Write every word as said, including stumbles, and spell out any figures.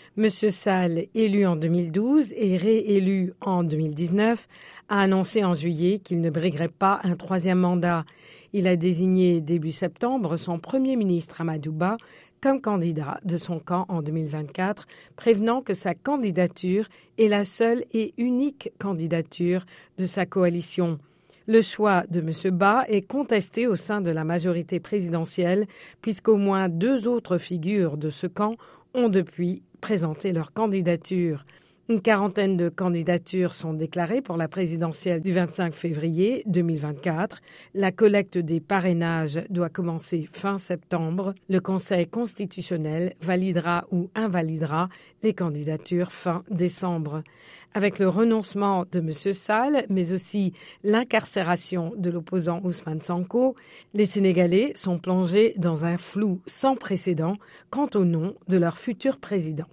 Monsieur Sall, élu en deux mille douze et réélu en deux mille dix-neuf, a annoncé en juillet qu'il ne briguerait pas un troisième mandat. Il a désigné début septembre son Premier ministre Amadou Ba comme candidat de son camp en deux mille vingt-quatre, prévenant que sa candidature est la seule et unique candidature de sa coalition. Le choix de M. Ba est contesté au sein de la majorité présidentielle puisqu'au moins deux autres figures de ce camp ont depuis présenté leur candidature. Une quarantaine de candidatures sont déclarées pour la présidentielle du vingt-cinq février deux mille vingt-quatre. La collecte des parrainages doit commencer fin septembre. Le Conseil constitutionnel validera ou invalidera les candidatures fin décembre. Avec le renoncement de M. Sall, mais aussi l'incarcération de l'opposant Ousmane Sonko, les Sénégalais sont plongés dans un flou sans précédent quant au nom de leur futur président.